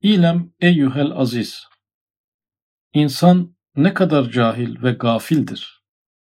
İlem eyyuhel aziz. İnsan ne kadar cahil ve gafildir.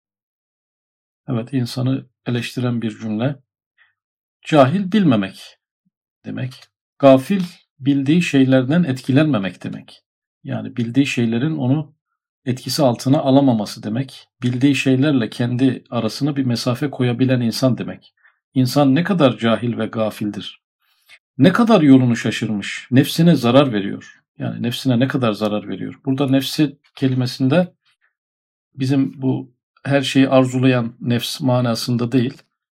Evet, insanı eleştiren bir cümle. Cahil bilmemek demek. Gafil bildiği şeylerden etkilenmemek demek. Yani bildiği şeylerin onu etkisi altına alamaması demek. Bildiği şeylerle kendi arasına bir mesafe koyabilen insan demek. İnsan ne kadar cahil ve gafildir. Ne kadar yolunu şaşırmış. Nefsine zarar veriyor. Yani nefsine ne kadar zarar veriyor. Burada nefsi kelimesinde bizim bu her şeyi arzulayan nefs manasında değil,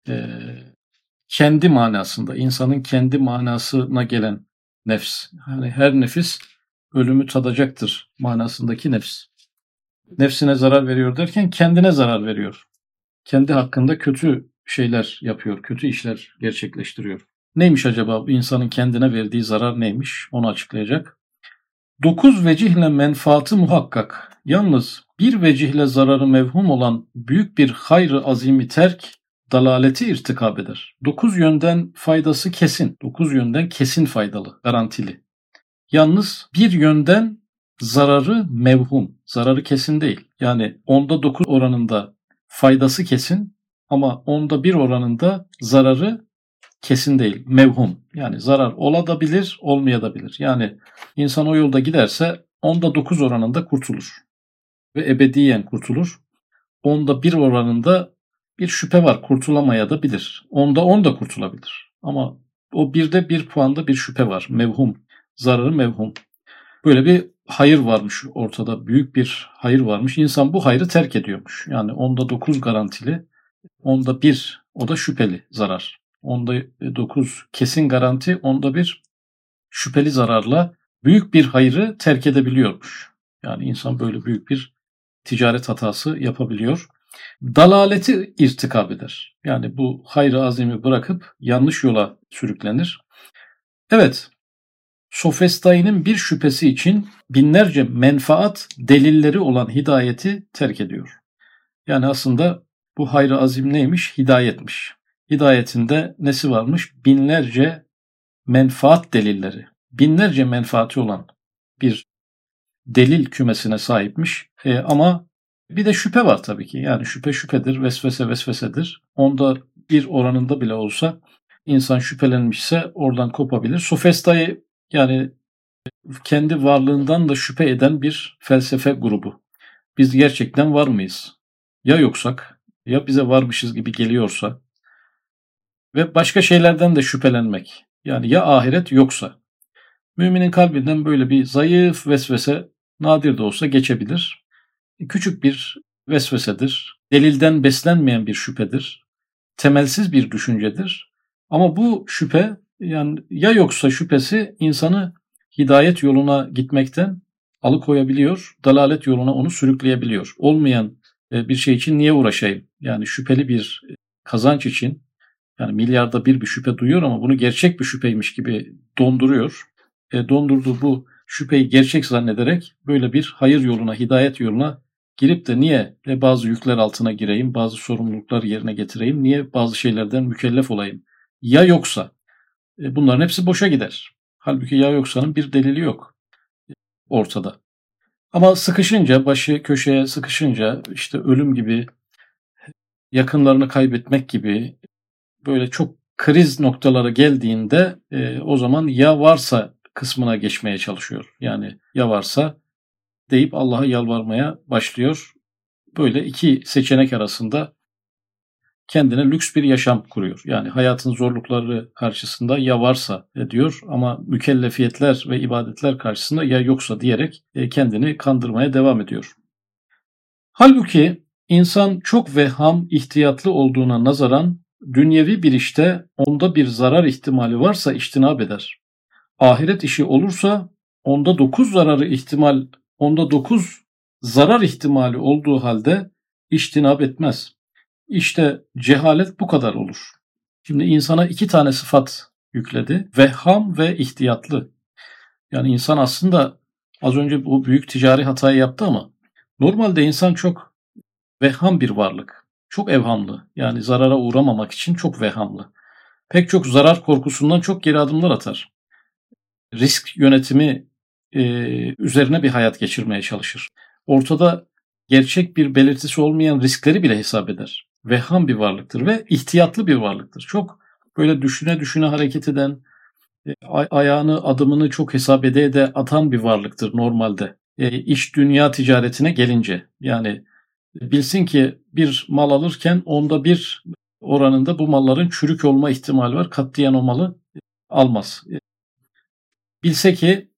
kendi manasında, insanın kendi manasına gelen nefs. Yani her nefis ölümü tadacaktır manasındaki nefs. Nefsine zarar veriyor derken kendine zarar veriyor. Kendi hakkında kötü şeyler yapıyor, kötü işler gerçekleştiriyor. Neymiş acaba bu insanın kendine verdiği zarar neymiş? Onu açıklayacak. 9 vecihle menfaatı muhakkak. Yalnız bir vecihle zararı mevhum olan büyük bir hayrı azimi terk dalaleti irtikab eder. 9 yönden faydası kesin. 9 yönden kesin faydalı, garantili. Yalnız bir yönden zararı mevhum. Zararı kesin değil. Yani 9 oranında faydası kesin ama 1 oranında zararı kesin değil. Mevhum. Yani zarar olabilir, olmayabilir. Yani insan o yolda giderse 9 oranında kurtulur. Ve ebediyen kurtulur. 1 oranında bir şüphe var. Kurtulamayabilir. 10 da kurtulabilir. Ama o 1 puanda bir şüphe var. Mevhum. Zararı mevhum. Böyle bir hayır varmış ortada. Büyük bir hayır varmış. İnsan bu hayrı terk ediyormuş. Yani 9 garantili. 1 o da şüpheli zarar. 9 kesin garanti, 1 şüpheli zararla büyük bir hayrı terk edebiliyormuş. Yani insan böyle büyük bir ticaret hatası yapabiliyor. Dalaleti irtikab eder. Yani bu hayrı azimi bırakıp yanlış yola sürüklenir. Evet, sofistayinin bir şüphesi için binlerce menfaat delilleri olan hidayeti terk ediyor. Yani aslında bu hayrı azim neymiş? Hidayetmiş. Hidayetinde nesi varmış? Binlerce menfaat delilleri. Binlerce menfaati olan bir delil kümesine sahipmiş. Ama bir de şüphe var tabii ki. Yani şüphe şüphedir, vesvese vesvesedir. 1 oranında bile olsa insan şüphelenmişse oradan kopabilir. Sofistayı yani kendi varlığından da şüphe eden bir felsefe grubu. Biz gerçekten var mıyız? Ya yoksak, ya bize varmışız gibi geliyorsa ve başka şeylerden de şüphelenmek. Yani ya ahiret yoksa. Müminin kalbinden böyle bir zayıf vesvese nadir de olsa geçebilir. Küçük bir vesvesedir. Delilden beslenmeyen bir şüphedir. Temelsiz bir düşüncedir. Ama bu şüphe yani ya yoksa şüphesi insanı hidayet yoluna gitmekten alıkoyabiliyor. Dalalet yoluna onu sürükleyebiliyor. Olmayan bir şey için niye uğraşayım? Yani şüpheli bir kazanç için yani milyarda bir şüphe duyuyor ama bunu gerçek bir şüpheymiş gibi donduruyor. Dondurduğu bu şüpheyi gerçek zannederek böyle bir hayır yoluna, hidayet yoluna girip de niye bazı yükler altına gireyim, bazı sorumluluklar yerine getireyim, niye bazı şeylerden mükellef olayım? Ya yoksa bunların hepsi boşa gider. Halbuki ya yoksanın bir delili yok ortada. Ama sıkışınca, başı köşeye sıkışınca işte ölüm gibi, yakınlarını kaybetmek gibi böyle çok kriz noktaları geldiğinde o zaman ya varsa kısmına geçmeye çalışıyor. Yani ya varsa deyip Allah'a yalvarmaya başlıyor. Böyle iki seçenek arasında kendine lüks bir yaşam kuruyor. Yani hayatın zorlukları karşısında ya varsa diyor ama mükellefiyetler ve ibadetler karşısında ya yoksa diyerek kendini kandırmaya devam ediyor. Halbuki insan çok vehham, ihtiyatlı olduğuna nazaran dünyevi bir işte bir zarar ihtimali varsa içtinab eder. Ahiret işi olursa 9 zararı ihtimal, 9 zarar ihtimali olduğu halde içtinab etmez. İşte cehalet bu kadar olur. Şimdi insana 2 tane sıfat yükledi. Vehham ve ihtiyatlı. Yani insan aslında az önce bu büyük ticari hatayı yaptı ama normalde insan çok vehham bir varlık. Çok evhamlı. Yani zarara uğramamak için çok vehhamlı. Pek çok zarar korkusundan çok geri adımlar atar. Risk yönetimi üzerine bir hayat geçirmeye çalışır. Ortada gerçek bir belirtisi olmayan riskleri bile hesap eder. Vehham bir varlıktır ve ihtiyatlı bir varlıktır. Çok böyle düşüne düşüne hareket eden, ayağını, adımını çok hesap ede atan bir varlıktır normalde. İş dünya ticaretine gelince, yani bilsin ki bir mal alırken 1/10 oranında bu malların çürük olma ihtimali var. Katliyen o malı almaz. Bilse ki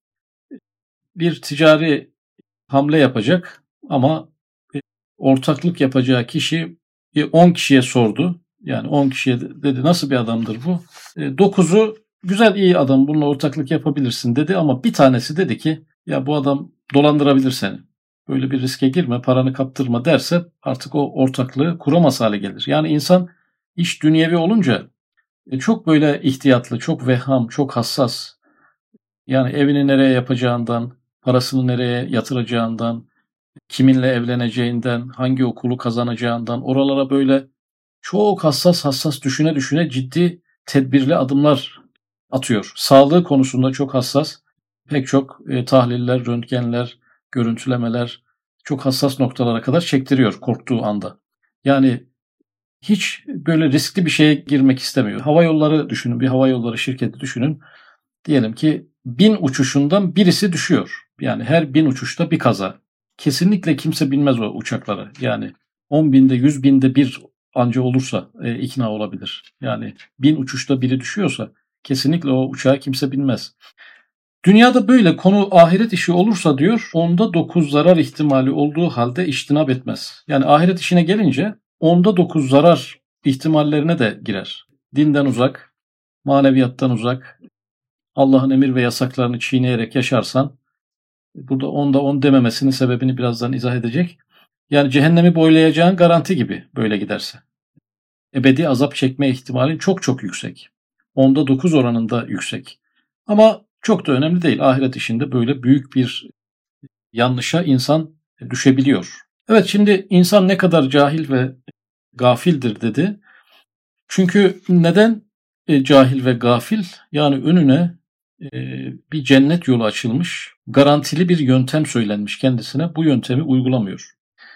bir ticari hamle yapacak ama ortaklık yapacağı kişi 10 kişiye sordu. Yani 10 kişiye dedi nasıl bir adamdır bu? 9'u güzel, iyi adam, bununla ortaklık yapabilirsin dedi ama bir tanesi dedi ki ya bu adam dolandırabilir seni. Böyle bir riske girme, paranı kaptırma derse artık o ortaklığı kuramaz hale gelir. Yani insan iş dünyevi olunca çok böyle ihtiyatlı, çok vehham, çok hassas. Yani evini nereye yapacağından, parasını nereye yatıracağından, kiminle evleneceğinden, hangi okulu kazanacağından, oralara böyle çok hassas düşüne düşüne ciddi tedbirli adımlar atıyor. Sağlığı konusunda çok hassas. Pek çok tahliller, röntgenler, görüntülemeler çok hassas noktalara kadar çektiriyor korktuğu anda. Yani hiç böyle riskli bir şeye girmek istemiyor. Hava yolları düşünün, bir hava yolları şirketi düşünün. Diyelim ki 1000 uçuşundan birisi düşüyor. Yani her 1000 uçuşta bir kaza. Kesinlikle kimse binmez o uçaklara. Yani 10 binde, 100 binde bir anca olursa ikna olabilir. Yani 1000 uçuşta biri düşüyorsa kesinlikle o uçağa kimse binmez. Dünyada böyle konu ahiret işi olursa diyor 9 zarar ihtimali olduğu halde içtinab etmez. Yani ahiret işine gelince 9 zarar ihtimallerine de girer. Dinden uzak, maneviyattan uzak, Allah'ın emir ve yasaklarını çiğneyerek yaşarsan, burada 10 dememesinin sebebini birazdan izah edecek. Yani cehennemi boylayacağın garanti gibi böyle giderse. Ebedi azap çekme ihtimalin çok yüksek. 9 oranında yüksek. Ama çok da önemli değil. Ahiret işinde böyle büyük bir yanlışa insan düşebiliyor. Evet, şimdi insan ne kadar cahil ve gafildir dedi. Çünkü neden cahil ve gafil? Yani önüne bir cennet yolu açılmış, garantili bir yöntem söylenmiş kendisine. Bu yöntemi uygulamıyor.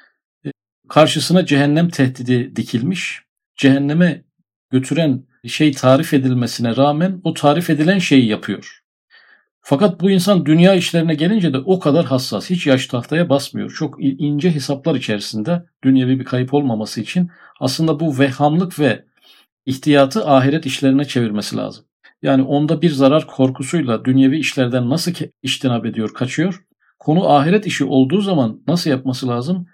Karşısına cehennem tehdidi dikilmiş. Cehenneme götüren şey tarif edilmesine rağmen o tarif edilen şeyi yapıyor. Fakat bu insan dünya işlerine gelince de o kadar hassas, hiç yaş tahtaya basmıyor. Çok ince hesaplar içerisinde dünyevi bir kayıp olmaması için aslında bu vehhamlık ve ihtiyatı ahiret işlerine çevirmesi lazım. Yani 1/10 zarar korkusuyla dünyevi işlerden nasıl iştinab ediyor, kaçıyor? Konu ahiret işi olduğu zaman nasıl yapması lazım?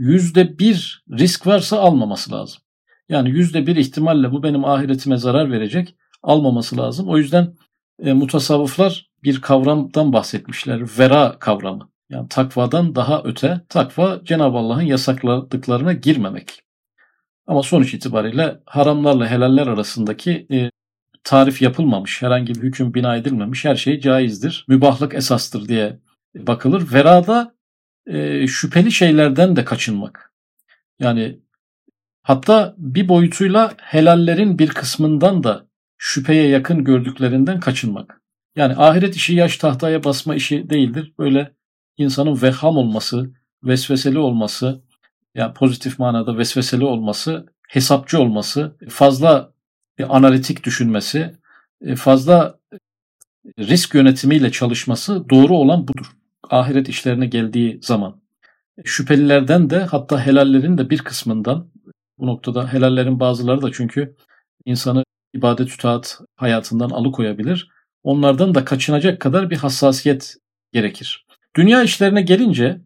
%1 risk varsa almaması lazım. Yani %1 ihtimalle bu benim ahiretime zarar verecek, almaması lazım. O yüzden mutasavvıflar bir kavramdan bahsetmişler. Vera kavramı. Yani takvadan daha öte. Takva Cenab-ı Allah'ın yasakladıklarına girmemek. Ama sonuç itibariyle haramlarla helaller arasındaki tarif yapılmamış, herhangi bir hüküm bina edilmemiş, her şey caizdir, mübahlık esastır diye bakılır. Verada şüpheli şeylerden de kaçınmak. Yani hatta bir boyutuyla helallerin bir kısmından da şüpheye yakın gördüklerinden kaçınmak. Yani ahiret işi yaş tahtaya basma işi değildir. Böyle insanın vehham olması, vesveseli olması, yani pozitif manada vesveseli olması, hesapçı olması, fazla analitik düşünmesi, fazla risk yönetimiyle çalışması doğru olan budur. Ahiret işlerine geldiği zaman. Şüphelilerden de, hatta helallerin de bir kısmından, bu noktada helallerin bazıları da çünkü insanı ibadet-ü taat hayatından alıkoyabilir. Onlardan da kaçınacak kadar bir hassasiyet gerekir. Dünya işlerine gelince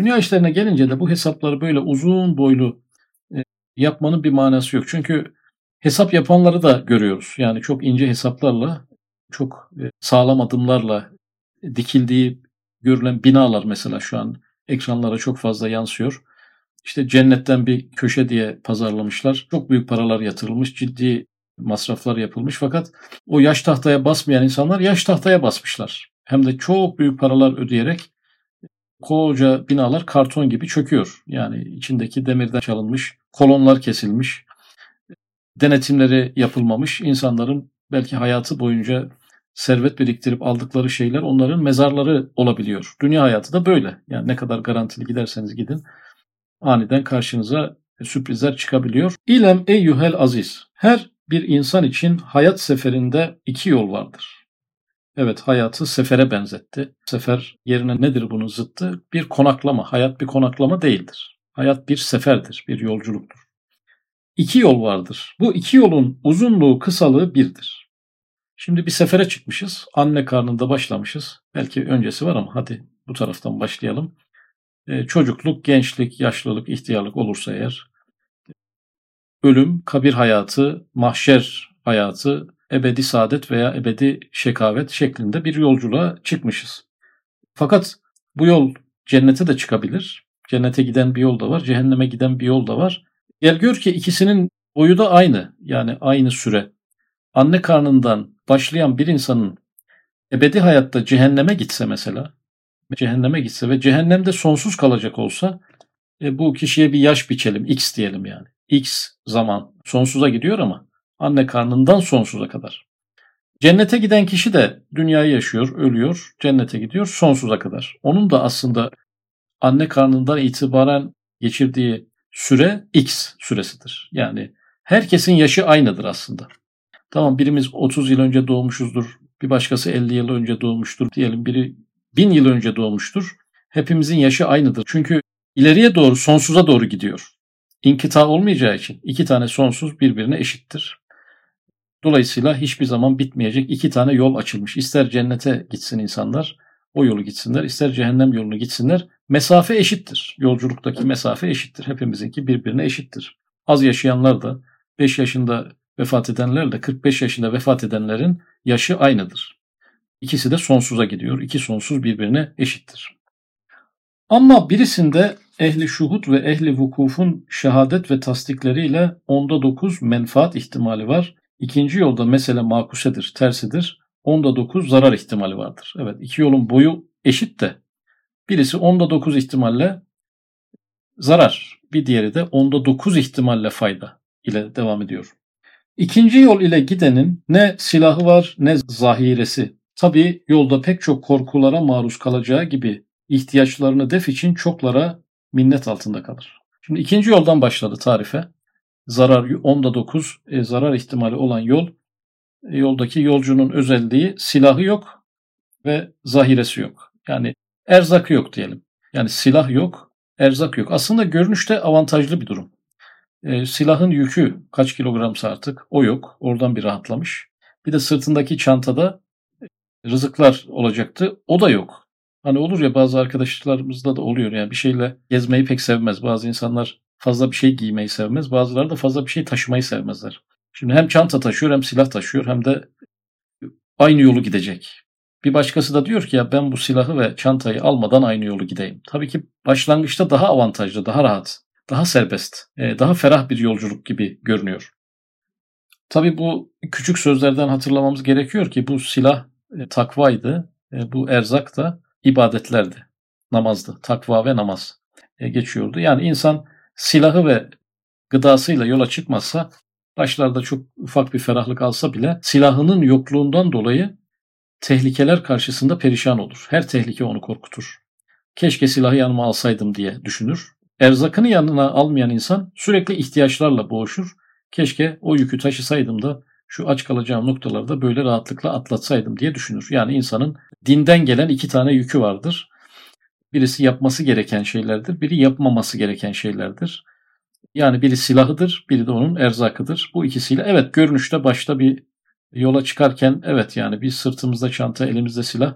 de bu hesapları böyle uzun boylu yapmanın bir manası yok. Çünkü hesap yapanları da görüyoruz. Yani çok ince hesaplarla, çok sağlam adımlarla dikildiği görülen binalar mesela şu an ekranlara çok fazla yansıyor. İşte cennetten bir köşe diye pazarlamışlar. Çok büyük paralar yatırılmış, ciddi masraflar yapılmış. Fakat o yaş tahtaya basmayan insanlar yaş tahtaya basmışlar. Hem de çok büyük paralar ödeyerek koca binalar karton gibi çöküyor. Yani içindeki demirden çalınmış, kolonlar kesilmiş, denetimleri yapılmamış, insanların belki hayatı boyunca servet biriktirip aldıkları şeyler onların mezarları olabiliyor. Dünya hayatı da böyle. Yani ne kadar garantili giderseniz gidin aniden karşınıza sürprizler çıkabiliyor. İlem eyyuhel aziz. Her bir insan için hayat seferinde iki yol vardır. Evet, hayatı sefere benzetti. Sefer yerine nedir bunun zıttı? Bir konaklama. Hayat bir konaklama değildir. Hayat bir seferdir, bir yolculuktur. İki yol vardır. Bu iki yolun uzunluğu, kısalığı birdir. Şimdi bir sefere çıkmışız. Anne karnında başlamışız. Belki öncesi var ama hadi bu taraftan başlayalım. Çocukluk, gençlik, yaşlılık, ihtiyarlık olursa eğer, ölüm, kabir hayatı, mahşer hayatı, ebedi saadet veya ebedi şekavet şeklinde bir yolculuğa çıkmışız. Fakat bu yol cennete de çıkabilir. Cennete giden bir yol da var, cehenneme giden bir yol da var. Gel gör ki ikisinin boyu da aynı. Yani aynı süre. Anne karnından başlayan bir insanın ebedi hayatta cehenneme gitse mesela, cehenneme gitse ve cehennemde sonsuz kalacak olsa, bu kişiye bir yaş biçelim, X diyelim yani. X zaman sonsuza gidiyor ama anne karnından sonsuza kadar. Cennete giden kişi de dünyayı yaşıyor, ölüyor, cennete gidiyor sonsuza kadar. Onun da aslında anne karnından itibaren geçirdiği süre X süresidir. Yani herkesin yaşı aynıdır aslında. Tamam, birimiz 30 yıl önce doğmuşuzdur, bir başkası 50 yıl önce doğmuştur diyelim, biri 1000 yıl önce doğmuştur. Hepimizin yaşı aynıdır. Çünkü ileriye doğru, sonsuza doğru gidiyor. İnkıta olmayacağı için iki tane sonsuz birbirine eşittir. Dolayısıyla hiçbir zaman bitmeyecek iki tane yol açılmış. İster cennete gitsin insanlar, o yolu gitsinler, ister cehennem yolunu gitsinler. Mesafe eşittir. Yolculuktaki mesafe eşittir. Hepimizinki birbirine eşittir. Az yaşayanlar da 5 yaşında vefat edenlerle 45 yaşında vefat edenlerin yaşı aynıdır. İkisi de sonsuza gidiyor. İki sonsuz birbirine eşittir. Ama birisinde ehli şuhud ve ehli vukufun şehadet ve tasdikleriyle 9 menfaat ihtimali var. İkinci yolda mesele makusedir, tersidir. 9 zarar ihtimali vardır. Evet, iki yolun boyu eşit de birisi 9 ihtimalle zarar, bir diğeri de 9 ihtimalle fayda ile devam ediyor. İkinci yol ile gidenin ne silahı var ne zahiresi. Tabii yolda pek çok korkulara maruz kalacağı gibi ihtiyaçlarını def için çoklara minnet altında kalır. Şimdi ikinci yoldan başladı tarife. Zarar 9 zarar ihtimali olan yol. Yoldaki yolcunun özelliği silahı yok ve zahiresi yok. Yani erzakı yok diyelim. Yani silah yok, erzak yok. Aslında görünüşte avantajlı bir durum. Silahın yükü kaç kilogramsa artık o yok. Oradan bir rahatlamış. Bir de sırtındaki çantada rızıklar olacaktı. O da yok. Hani olur ya, bazı arkadaşlarımızda da oluyor yani, bir şeyle gezmeyi pek sevmez. Bazı insanlar fazla bir şey giymeyi sevmez. Bazıları da fazla bir şey taşımayı sevmezler. Şimdi hem çanta taşıyor hem silah taşıyor hem de aynı yolu gidecek. Bir başkası da diyor ki ya ben bu silahı ve çantayı almadan aynı yolu gideyim. Tabii ki başlangıçta daha avantajlı, daha rahat, daha serbest, daha ferah bir yolculuk gibi görünüyor. Tabii bu küçük sözlerden hatırlamamız gerekiyor ki bu silah takvaydı, bu erzak da ibadetlerdi, namazdı. Takva ve namaz geçiyordu. Yani insan silahı ve gıdasıyla yola çıkmazsa, başlarda çok ufak bir ferahlık alsa bile silahının yokluğundan dolayı tehlikeler karşısında perişan olur. Her tehlike onu korkutur. Keşke silahı yanıma alsaydım diye düşünür. Erzakını yanına almayan insan sürekli ihtiyaçlarla boğuşur. Keşke o yükü taşısaydım da şu aç kalacağım noktalarda böyle rahatlıkla atlatsaydım diye düşünür. Yani insanın dinden gelen iki tane yükü vardır. Birisi yapması gereken şeylerdir, biri yapmaması gereken şeylerdir. Yani biri silahıdır, biri de onun erzakıdır. Bu ikisiyle evet, görünüşte başta bir yola çıkarken evet yani bir sırtımızda çanta, elimizde silah,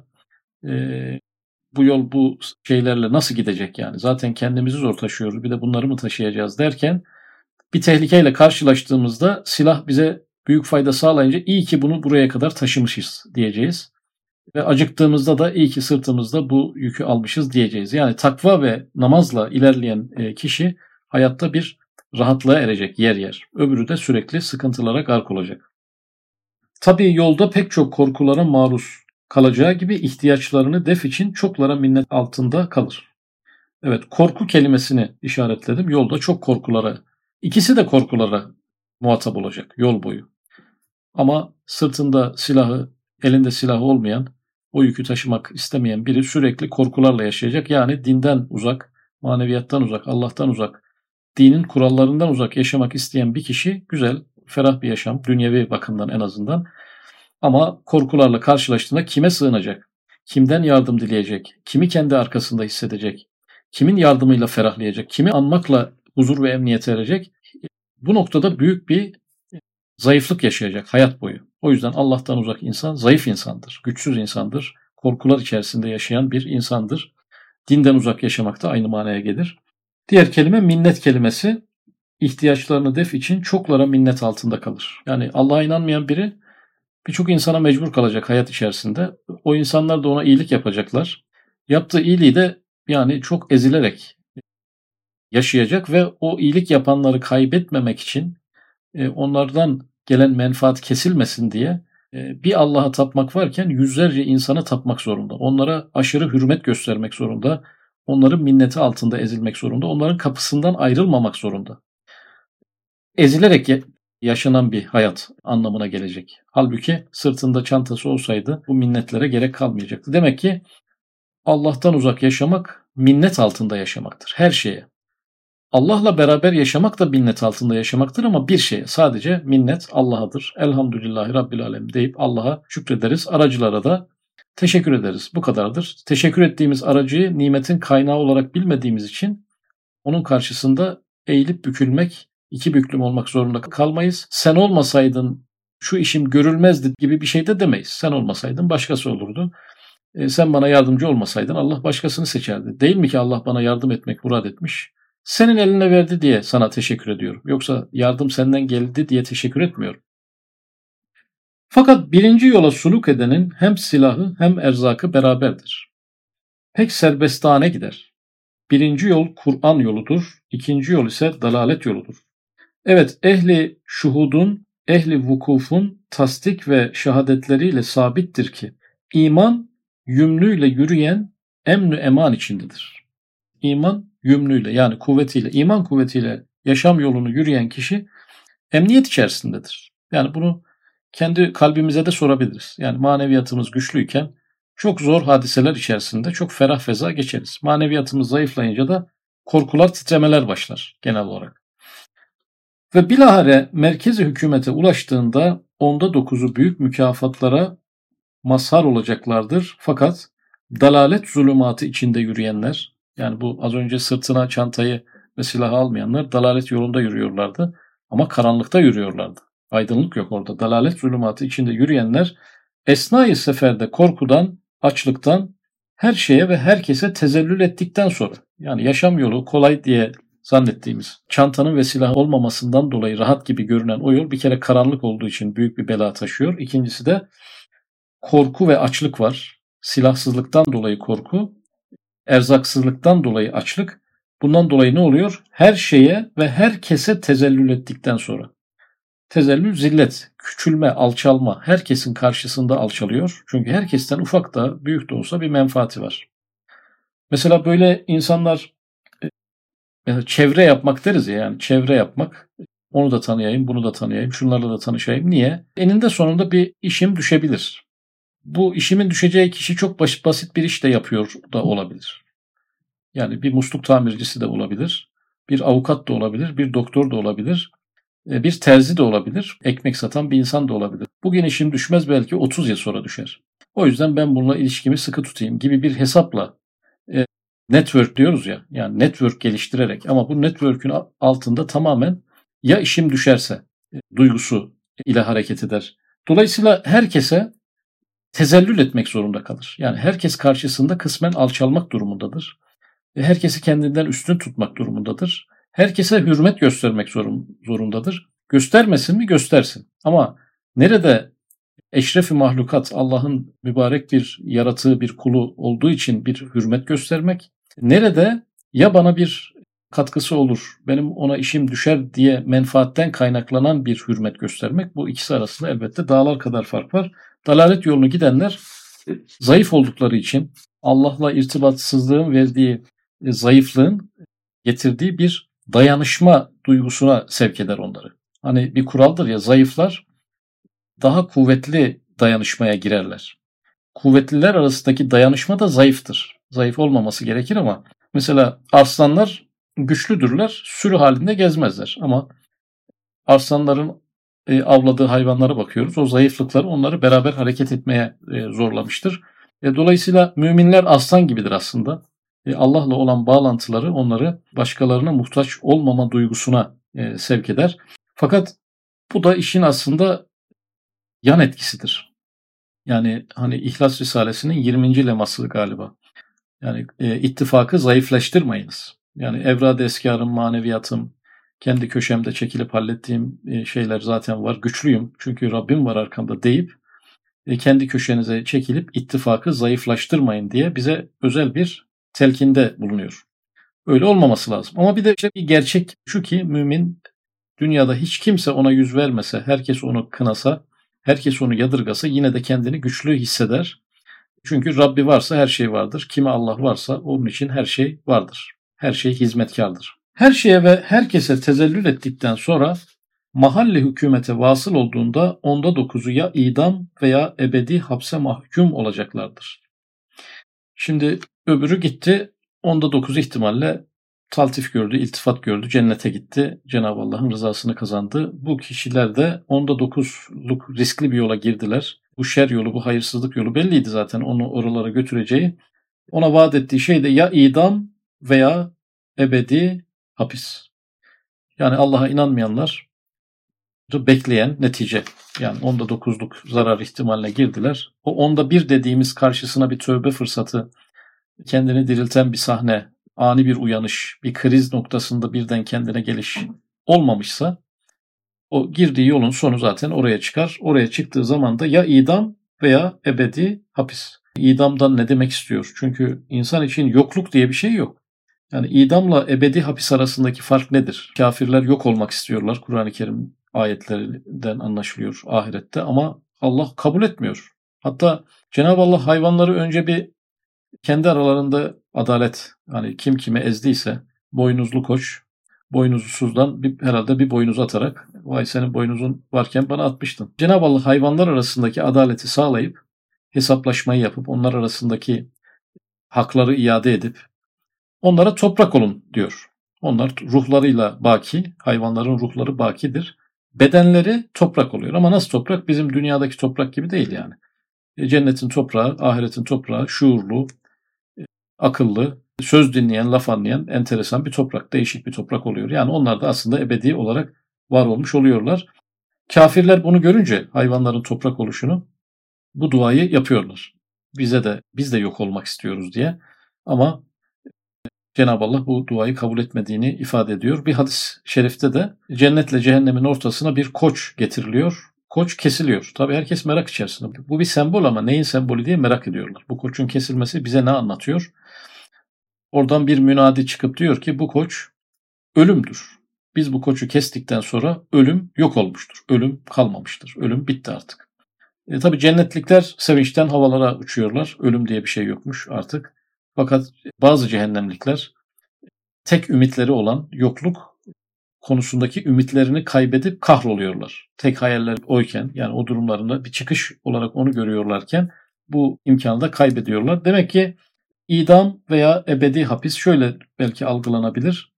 bu yol bu şeylerle nasıl gidecek yani? Zaten kendimizi zor taşıyoruz, bir de bunları mı taşıyacağız derken bir tehlikeyle karşılaştığımızda silah bize büyük fayda sağlayınca iyi ki bunu buraya kadar taşımışız diyeceğiz. Ve acıktığımızda da iyi ki sırtımızda bu yükü almışız diyeceğiz. Yani takva ve namazla ilerleyen kişi hayatta bir rahatlığa erecek yer yer. Öbürü de sürekli sıkıntılara gark olacak. Tabii yolda pek çok korkulara maruz kalacağı gibi ihtiyaçlarını def için çoklara minnet altında kalır. Evet, korku kelimesini işaretledim. Yolda çok korkulara, ikisi de korkulara muhatap olacak yol boyu. Ama sırtında silahı, elinde silahı olmayan, o yükü taşımak istemeyen biri sürekli korkularla yaşayacak. Yani dinden uzak, maneviyattan uzak, Allah'tan uzak, dinin kurallarından uzak yaşamak isteyen bir kişi güzel, ferah bir yaşam, dünyevi bakımdan en azından. Ama korkularla karşılaştığında kime sığınacak? Kimden yardım dileyecek? Kimi kendi arkasında hissedecek? Kimin yardımıyla ferahlayacak? Kimi anmakla huzur ve emniyete erecek? Bu noktada büyük bir zayıflık yaşayacak hayat boyu. O yüzden Allah'tan uzak insan zayıf insandır, güçsüz insandır, korkular içerisinde yaşayan bir insandır. Dinden uzak yaşamak da aynı manaya gelir. Diğer kelime minnet kelimesi. İhtiyaçlarını def için çoklara minnet altında kalır. Yani Allah'a inanmayan biri birçok insana mecbur kalacak hayat içerisinde. O insanlar da ona iyilik yapacaklar. Yaptığı iyiliği de yani çok ezilerek yaşayacak ve o iyilik yapanları kaybetmemek için onlardan gelen menfaat kesilmesin diye bir Allah'a tapmak varken yüzlerce insana tapmak zorunda. Onlara aşırı hürmet göstermek zorunda. Onların minneti altında ezilmek zorunda. Onların kapısından ayrılmamak zorunda. Ezilerek yaşanan bir hayat anlamına gelecek. Halbuki sırtında çantası olsaydı bu minnetlere gerek kalmayacaktı. Demek ki Allah'tan uzak yaşamak minnet altında yaşamaktır. Her şeye. Allah'la beraber yaşamak da minnet altında yaşamaktır ama bir şeye. Sadece minnet Allah'adır. Elhamdülillahi Rabbil Alem deyip Allah'a şükrederiz. Aracılara da teşekkür ederiz. Bu kadardır. Teşekkür ettiğimiz aracıyı nimetin kaynağı olarak bilmediğimiz için onun karşısında eğilip bükülmek, iki büklüm olmak zorunda kalmayız. Sen olmasaydın şu işim görülmezdi gibi bir şey de demeyiz. Sen olmasaydın başkası olurdu. Sen bana yardımcı olmasaydın Allah başkasını seçerdi. Değil mi ki Allah bana yardım etmek murad etmiş? Senin eline verdi diye sana teşekkür ediyorum. Yoksa yardım senden geldi diye teşekkür etmiyorum. Fakat birinci yola suluk edenin hem silahı hem erzakı beraberdir. Pek serbestane gider. Birinci yol Kur'an yoludur. İkinci yol ise dalalet yoludur. Evet, ehli şuhudun, ehli vukufun tasdik ve şehadetleriyle sabittir ki iman yümnüyle yürüyen emn-ü eman içindedir. İman yümnüyle yani kuvvetiyle, iman kuvvetiyle yaşam yolunu yürüyen kişi emniyet içerisindedir. Yani bunu kendi kalbimize de sorabiliriz. Yani maneviyatımız güçlüyken çok zor hadiseler içerisinde çok ferah feza geçeriz. Maneviyatımız zayıflayınca da korkular, titremeler başlar genel olarak. Ve bilahare merkezi hükümete ulaştığında 9'u büyük mükafatlara mazhar olacaklardır. Fakat dalalet zulümatı içinde yürüyenler, yani bu az önce sırtına çantayı ve silahı almayanlar dalalet yolunda yürüyorlardı. Ama karanlıkta yürüyorlardı. Aydınlık yok orada. Dalalet zulümatı içinde yürüyenler esnai seferde korkudan, açlıktan her şeye ve herkese tezellül ettikten sonra, yani yaşam yolu kolay diye zannettiğimiz çantanın ve silah olmamasından dolayı rahat gibi görünen o yol bir kere karanlık olduğu için büyük bir bela taşıyor. İkincisi de korku ve açlık var. Silahsızlıktan dolayı korku, erzaksızlıktan dolayı açlık. Bundan dolayı ne oluyor? Her şeye ve herkese tezellül ettikten sonra. Tezellül zillet, küçülme, alçalma. Herkesin karşısında alçalıyor. Çünkü herkesten ufak da büyük de olsa bir menfaati var. Mesela böyle insanlar çevre yapmak deriz ya, yani çevre yapmak. Onu da tanıyayım, bunu da tanıyayım, şunlarla da tanışayım. Niye? Eninde sonunda bir işim düşebilir. Bu işimin düşeceği kişi çok basit bir iş de yapıyor da olabilir. Yani bir musluk tamircisi de olabilir, bir avukat da olabilir, bir doktor da olabilir, bir terzi de olabilir, ekmek satan bir insan da olabilir. Bugün işim düşmez, belki 30 yıl sonra düşer. O yüzden ben bununla ilişkimi sıkı tutayım gibi bir hesapla network diyoruz ya, yani network geliştirerek, ama bu network'ün altında tamamen ya işim düşerse duygusu ile hareket eder. Dolayısıyla herkese tezellül etmek zorunda kalır. Yani herkes karşısında kısmen alçalmak durumundadır. Herkesi kendinden üstün tutmak durumundadır. Herkese hürmet göstermek zorundadır. Göstermesin mi? Göstersin. Ama nerede eşref-i mahlukat, Allah'ın mübarek bir yaratığı, bir kulu olduğu için bir hürmet göstermek, nerede ya bana bir katkısı olur, benim ona işim düşer diye menfaatten kaynaklanan bir hürmet göstermek, bu ikisi arasında elbette dağlar kadar fark var. Dalalet yolunu gidenler zayıf oldukları için Allah'la irtibatsızlığın verdiği zayıflığın getirdiği bir dayanışma duygusuna sevk eder onları. Hani bir kuraldır ya, zayıflar daha kuvvetli dayanışmaya girerler. Kuvvetliler arasındaki dayanışma da zayıftır. Zayıf olmaması gerekir ama mesela arslanlar güçlüdürler, sürü halinde gezmezler. Ama arslanların avladığı hayvanlara bakıyoruz. O zayıflıkları onları beraber hareket etmeye zorlamıştır. Dolayısıyla müminler aslan gibidir aslında. Allah'la olan bağlantıları onları başkalarına muhtaç olmama duygusuna sevk eder. Fakat bu da işin aslında yan etkisidir. Yani hani İhlas Risalesi'nin 20. leması galiba. Yani ittifakı zayıflaştırmayınız. Yani evrad-ı eskarım, maneviyatım, kendi köşemde çekilip hallettiğim şeyler zaten var. Güçlüyüm çünkü Rabbim var arkamda deyip kendi köşenize çekilip ittifakı zayıflaştırmayın diye bize özel bir telkinde bulunuyor. Öyle olmaması lazım. Ama bir de işte bir gerçek şu ki mümin dünyada hiç kimse ona yüz vermese, herkes onu kınasa, herkes onu yadırgasa yine de kendini güçlü hisseder. Çünkü Rabbi varsa her şey vardır. Kime Allah varsa onun için her şey vardır. Her şey hizmetkardır. Her şeye ve herkese tezellül ettikten sonra mahalli hükümete vasıl olduğunda 9'u ya idam veya ebedi hapse mahkum olacaklardır. Şimdi öbürü gitti 9 ihtimalle taltif gördü, iltifat gördü, cennete gitti. Cenab-ı Allah'ın rızasını kazandı. Bu kişiler de 9'luk riskli bir yola girdiler. Bu şer yolu, bu hayırsızlık yolu belliydi zaten onu oralara götüreceği. Ona vaat ettiği şey de ya idam veya ebedi hapis. Yani Allah'a inanmayanlar bekleyen netice. Yani 9'luk zarar ihtimaline girdiler. O 1 dediğimiz karşısına bir tövbe fırsatı, kendini dirilten bir sahne, ani bir uyanış, bir kriz noktasında birden kendine geliş olmamışsa o girdiği yolun sonu zaten oraya çıkar. Oraya çıktığı zaman da ya idam veya ebedi hapis. İdamdan ne demek istiyor? Çünkü insan için yokluk diye bir şey yok. Yani idamla ebedi hapis arasındaki fark nedir? Kafirler yok olmak istiyorlar. Kur'an-ı Kerim ayetlerinden anlaşılıyor ahirette ama Allah kabul etmiyor. Hatta Cenab-ı Allah hayvanları önce bir kendi aralarında adalet, hani kim kime ezdiyse boynuzlu koç, boynuzsuzdan herhalde bir boynuz atarak vay senin boynuzun varken bana atmıştın. Cenab-ı Allah hayvanlar arasındaki adaleti sağlayıp hesaplaşmayı yapıp onlar arasındaki hakları iade edip onlara toprak olun diyor. Onlar ruhlarıyla baki, hayvanların ruhları bakidir. Bedenleri toprak oluyor ama nasıl toprak? Bizim dünyadaki toprak gibi değil yani. Cennetin toprağı, ahiretin toprağı, şuurlu, akıllı, söz dinleyen, laf anlayan enteresan bir toprak, değişik bir toprak oluyor. Yani onlar da aslında ebedi olarak var olmuş oluyorlar. Kafirler bunu görünce hayvanların toprak oluşunu bu duayı yapıyorlar. Biz de yok olmak istiyoruz diye. Ama Cenab-ı Allah bu duayı kabul etmediğini ifade ediyor. Bir hadis-i şerifte de cennetle cehennemin ortasına bir koç getiriliyor. Koç kesiliyor. Tabii herkes merak içerisinde. Bu bir sembol ama neyin sembolü diye merak ediyorlar. Bu koçun kesilmesi bize ne anlatıyor? Oradan bir münadi çıkıp diyor ki bu koç ölümdür. Biz bu koçu kestikten sonra ölüm yok olmuştur. Ölüm kalmamıştır. Ölüm bitti artık. Tabii cennetlikler sevinçten havalara uçuyorlar. Ölüm diye bir şey yokmuş artık. Fakat bazı cehennemlikler tek ümitleri olan yokluk konusundaki ümitlerini kaybedip kahroluyorlar. Tek hayaller oyken yani o durumlarında bir çıkış olarak onu görüyorlarken bu imkanı da kaybediyorlar. Demek ki idam veya ebedi hapis şöyle belki algılanabilir.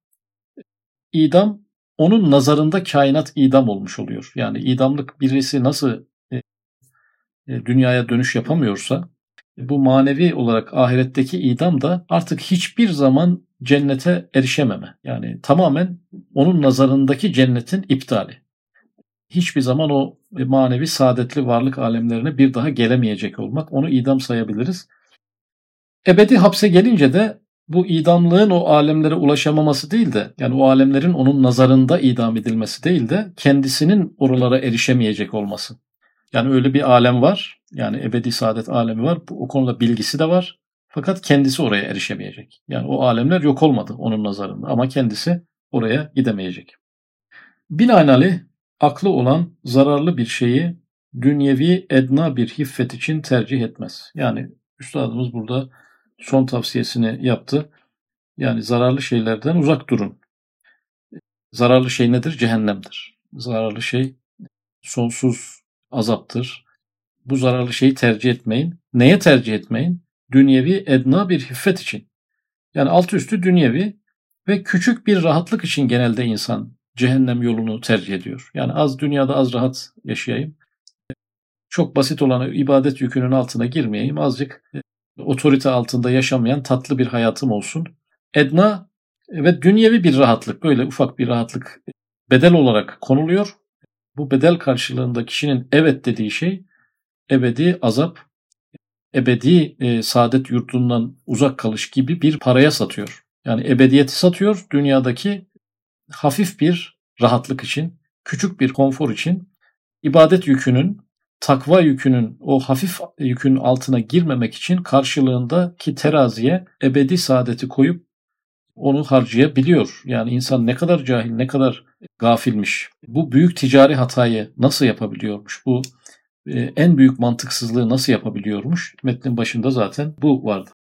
İdam onun nazarında kainat idam olmuş oluyor. Yani idamlık birisi nasıl dünyaya dönüş yapamıyorsa bu manevi olarak ahiretteki idam da artık hiçbir zaman cennete erişememe. Yani tamamen onun nazarındaki cennetin iptali. Hiçbir zaman o manevi saadetli varlık alemlerine bir daha gelemeyecek olmak. Onu idam sayabiliriz. Ebedi hapse gelince de bu idamlığın o alemlere ulaşamaması değil de yani o alemlerin onun nazarında idam edilmesi değil de kendisinin oralara erişemeyecek olması. Yani öyle bir alem var. Yani ebedi saadet alemi var. O konuda bilgisi de var. Fakat kendisi oraya erişemeyecek. Yani o alemler yok olmadı onun nazarında ama kendisi oraya gidemeyecek. Binaenaleyh aklı olan zararlı bir şeyi dünyevi edna bir hiffet için tercih etmez. Yani üstadımız burada son tavsiyesini yaptı. Yani zararlı şeylerden uzak durun. Zararlı şey nedir? Cehennemdir. Zararlı şey sonsuz azaptır. Bu zararlı şeyi tercih etmeyin. Neye tercih etmeyin? Dünyevi edna bir hiffet için. Yani altı üstü dünyevi ve küçük bir rahatlık için genelde insan cehennem yolunu tercih ediyor. Yani az dünyada az rahat yaşayayım. Çok basit olan ibadet yükünün altına girmeyeyim. Azıcık otorite altında yaşamayan tatlı bir hayatım olsun. Edna ve dünyevi bir rahatlık, böyle ufak bir rahatlık bedel olarak konuluyor. Bu bedel karşılığında kişinin evet dediği şey ebedi azap, ebedi saadet yurtundan uzak kalış gibi bir paraya satıyor. Yani ebediyeti satıyor, dünyadaki hafif bir rahatlık için, küçük bir konfor için, ibadet yükünün, takva yükünün, o hafif yükün altına girmemek için karşılığındaki teraziye ebedi saadeti koyup onu harcayabiliyor. Yani insan ne kadar cahil, ne kadar gafilmiş. Bu büyük ticari hatayı nasıl yapabiliyormuş? Bu en büyük mantıksızlığı nasıl yapabiliyormuş? Metnin başında zaten bu vardı.